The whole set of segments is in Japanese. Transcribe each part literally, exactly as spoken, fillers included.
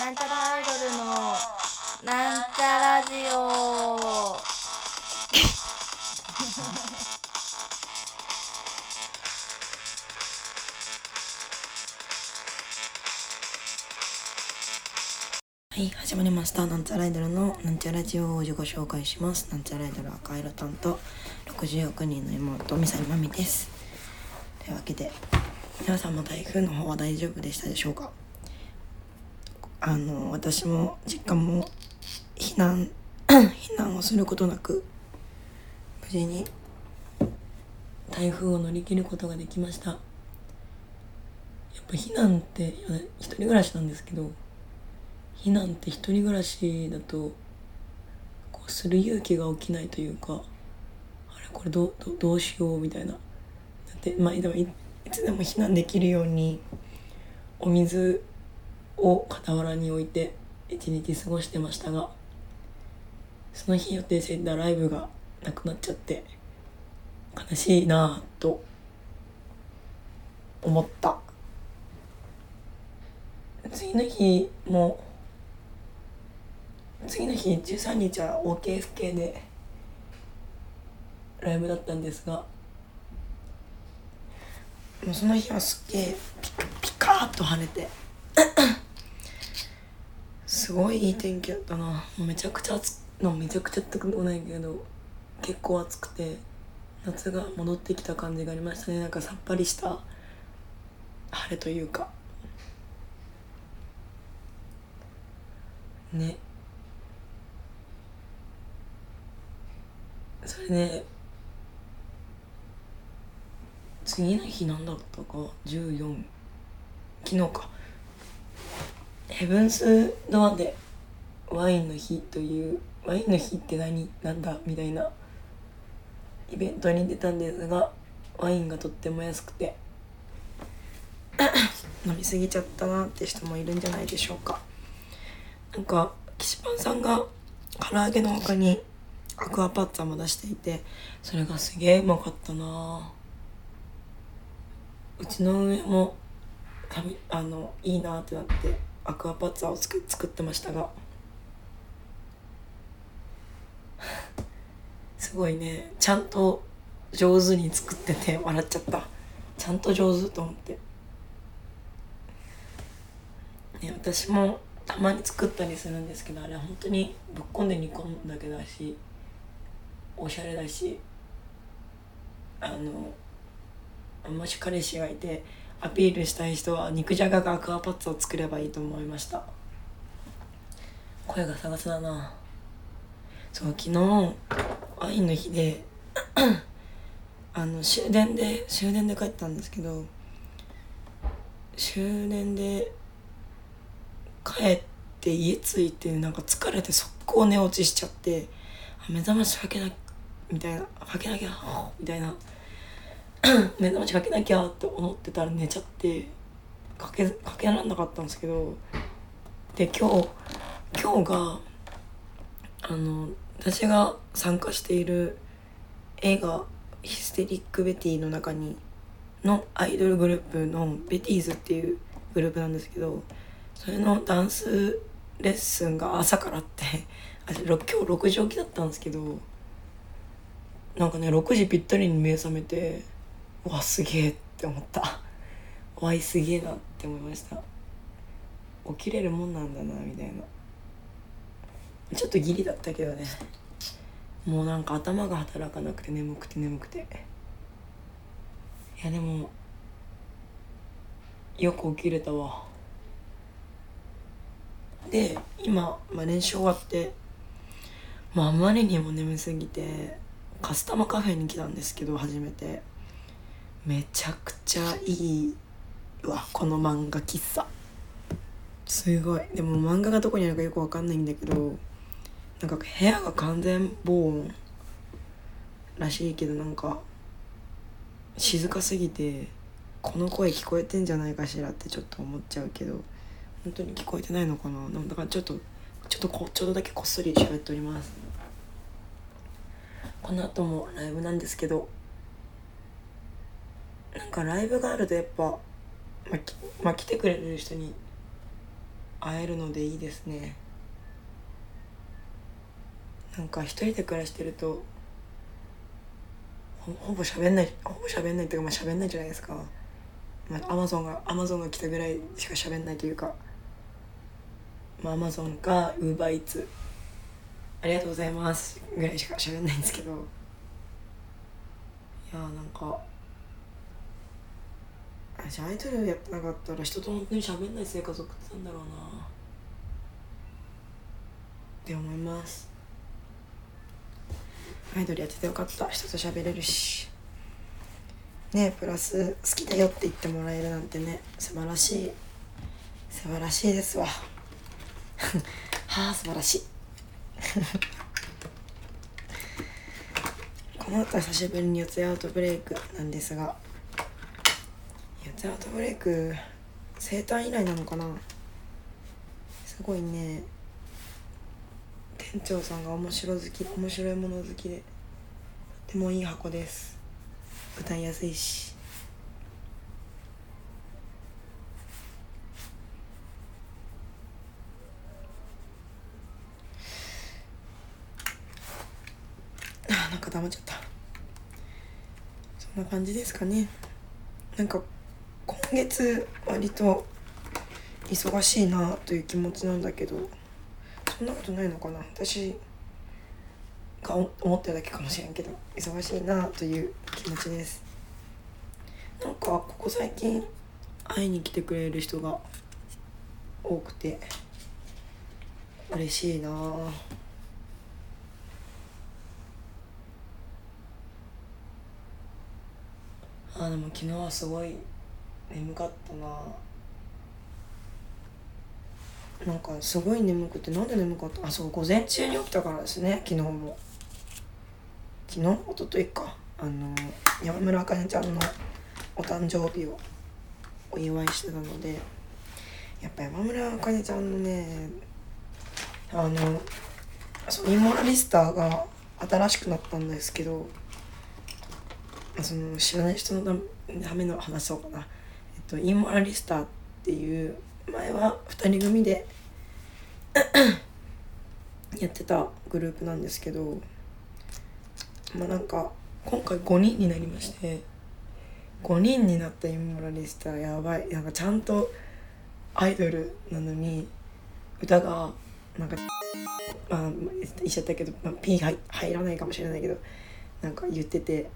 なんちゃらアイドルのなんちゃラジオはい、始まりました。なんちゃらアイドルのなんちゃラジオを自己紹介します。なんちゃらアイドル赤色担当ろくじゅうおくにんの妹みさりまみです。というわけで皆さんも台風の方は大丈夫でしたでしょうか。あの私も実家も避難避難をすることなく無事に台風を乗り切ることができました。やっぱ避難って一人暮らしなんですけど、避難って一人暮らしだとこうする勇気が起きないというか、あれこれどう、どう、どうしようみたいな。だってまあでも い, いつでも避難できるようにお水を傍らに置いて一日過ごしてましたが、その日予定していたライブがなくなっちゃって悲しいなぁと思った。次の日も次の日じゅうさんにちは オーケーエフケー でライブだったんですが、もうその日はすっげえピカピカーッと晴れてすごいいい天気だったな。もうめちゃくちゃ暑くめちゃくちゃ暑くもないけど結構暑くて夏が戻ってきた感じがありましたね。なんかさっぱりした晴れというかね。それで次の日なんだったかじゅうよん昨日かヘブンスドアでワインの日というワインの日って何なんだみたいなイベントに出たんですが、ワインがとっても安くて飲みすぎちゃったなって人もいるんじゃないでしょうか。なんか岸パンさんが唐揚げの他にアクアパッツァも出していて、それがすげえうまかったな。うちの上もあのいいなってなってアクアパッツァを作作ってましたがすごいね、ちゃんと上手に作ってて笑っちゃった。ちゃんと上手と思って、ね、私もたまに作ったりするんですけど、あれ本当にぶっこんで煮込むだけだしおしゃれだし、あのもし彼氏がいてアピールしたい人は肉じゃががアクアパッツァを作ればいいと思いました。声が探すだな。そう、昨日ワインの日であの終電で終電で帰ったんですけど、終電で帰って家着いてなんか疲れて速攻寝落ちしちゃって、目覚ましかけなみたいなかけなきゃみたいな目覚ましかけなきゃって思ってたら寝ちゃってかけかけらんなかったんですけど、で今日今日があの私が参加している映画ヒステリックベティの中にのアイドルグループのベティーズっていうグループなんですけど、それのダンスレッスンが朝からあってあ今日ろくじ起きだったんですけど、なんかねろくじぴったりに目覚めて、うわすげえって思った。わいすげえなって思いました。起きれるもんなんだなみたいな。ちょっとギリだったけどね、もうなんか頭が働かなくて眠くて眠くて、いやでもよく起きれたわ。で今、まあ、練習終わって、まあ、あまりにも眠すぎてカスタマカフェに来たんですけど、初めてめちゃくちゃいいわこの漫画喫茶。すごい。でも漫画がどこにあるかよくわかんないんだけど、なんか部屋が完全防音らしいけど、なんか静かすぎてこの声聞こえてんじゃないかしらってちょっと思っちゃうけど、本当に聞こえてないのかな。だからちょっとちょっとこちょっとだけこっそり喋っております。この後もライブなんですけど、なんかライブがあるとやっぱ、まあきまあ、来てくれる人に会えるのでいいですね。なんか一人で暮らしてると ほ, ほぼ喋んないほぼ喋んないっていうか、まあ喋んないじゃないですか。まあアマゾンがアマゾンが来たぐらいしか喋んないというか、まあアマゾンかウーバーイーツありがとうございますぐらいしか喋んないんですけど、いやーなんか私アイドルやってなかったら人と本当に喋んない生活送ってたんだろうなって思います。アイドルやっててよかった。人と喋れるしね、プラス好きだよって言ってもらえるなんてね、素晴らしい素晴らしいですわはあ素晴らしいこの後久しぶりに四谷アウトブレイクなんですが、四谷アウトブレイク生誕以来なのかな。すごいね、店長さんが面白好き面白いもの好きでとてもいい箱です。歌いやすいし、あなんか黙っちゃった。そんな感じですかね。なんか今月割と忙しいなという気持ちなんだけど、そんなことないのかな。私が思ってるだけかもしれんけど、忙しいなという気持ちです。なんかここ最近会いに来てくれる人が多くて嬉しいな。あでも昨日はすごい眠かったな。なんかすごい眠くて、なんで眠かった、あそう午前中に起きたからですね。昨日も昨日一昨日か、あの山村あかねちゃんのお誕生日をお祝いしてたので、やっぱ山村あかねちゃんのね、あのそうインモラリスターが新しくなったんですけど、その知らない人のための話そうかな。えっとインモラリスターっていう前はふたり組でやってたグループなんですけど、まあなんか今回ごにんになりまして、ごにんになったインモラリスターやばい。なんかちゃんとアイドルなのに歌がなんかまあ言っちゃったけど、まあ、P 入入らないかもしれないけど、なんか言ってて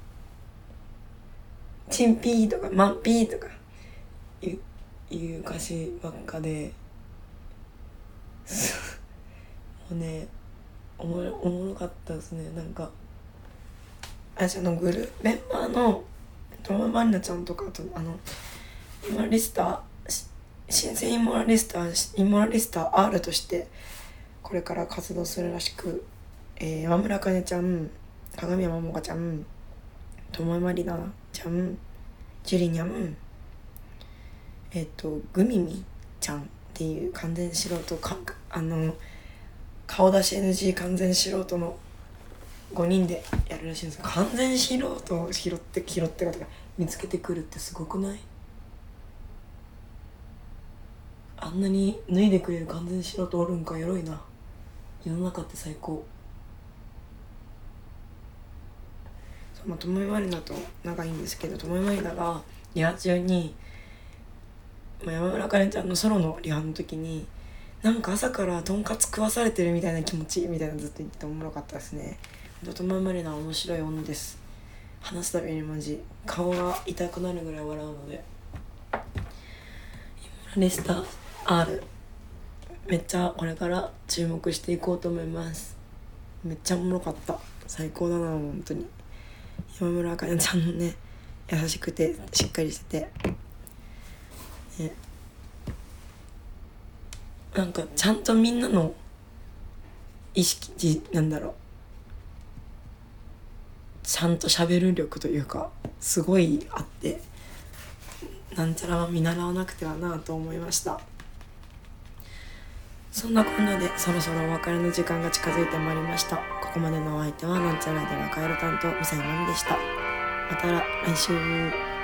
チンピーとかマンピーとかいういう歌詞ばっかでもうねおもろおもろかったですね。なんかあそのグループメンバーのトママリナちゃんとかとあのインモラリスター新生インモラリスターインモラリスター R としてこれから活動するらしく、えー、山村あかねちゃん、鏡山もかちゃん、ともまりなちゃん、ジュリニャン、えっとグミミちゃんっていう完全素人かあの顔出し エヌジー 完全素人のごにんでやるらしいんです。完全素人を拾って拾ってことか見つけてくるってすごくない？あんなに脱いでくれる完全素人おるんか、エロいな。世の中って最高。そう、まあ、ともえまりなと仲いいんですけど、ともえまりながリハ中に、まあ、山村かねちゃんのソロのリハの時になんか朝からとんかつ食わされてるみたいな気持ちみたいなずっと言っておもろかったですね。ともえまりな面白い女です。話すたびにマジ顔が痛くなるぐらい笑うので、イモラリスタ R めっちゃこれから注目していこうと思います。めっちゃおもろかった。最高だな本当に。山村あかねちゃんのね優しくてしっかりしてて、ね、なんかちゃんとみんなの意識なんだろうちゃんと喋る力というかすごいあって、なんちゃらは見習わなくてはなと思いました。そんなこんなでそろそろお別れの時間が近づいてまいりました。ここまでのお相手はなんちゃらではカエル担当ミサイマミでした。また来週。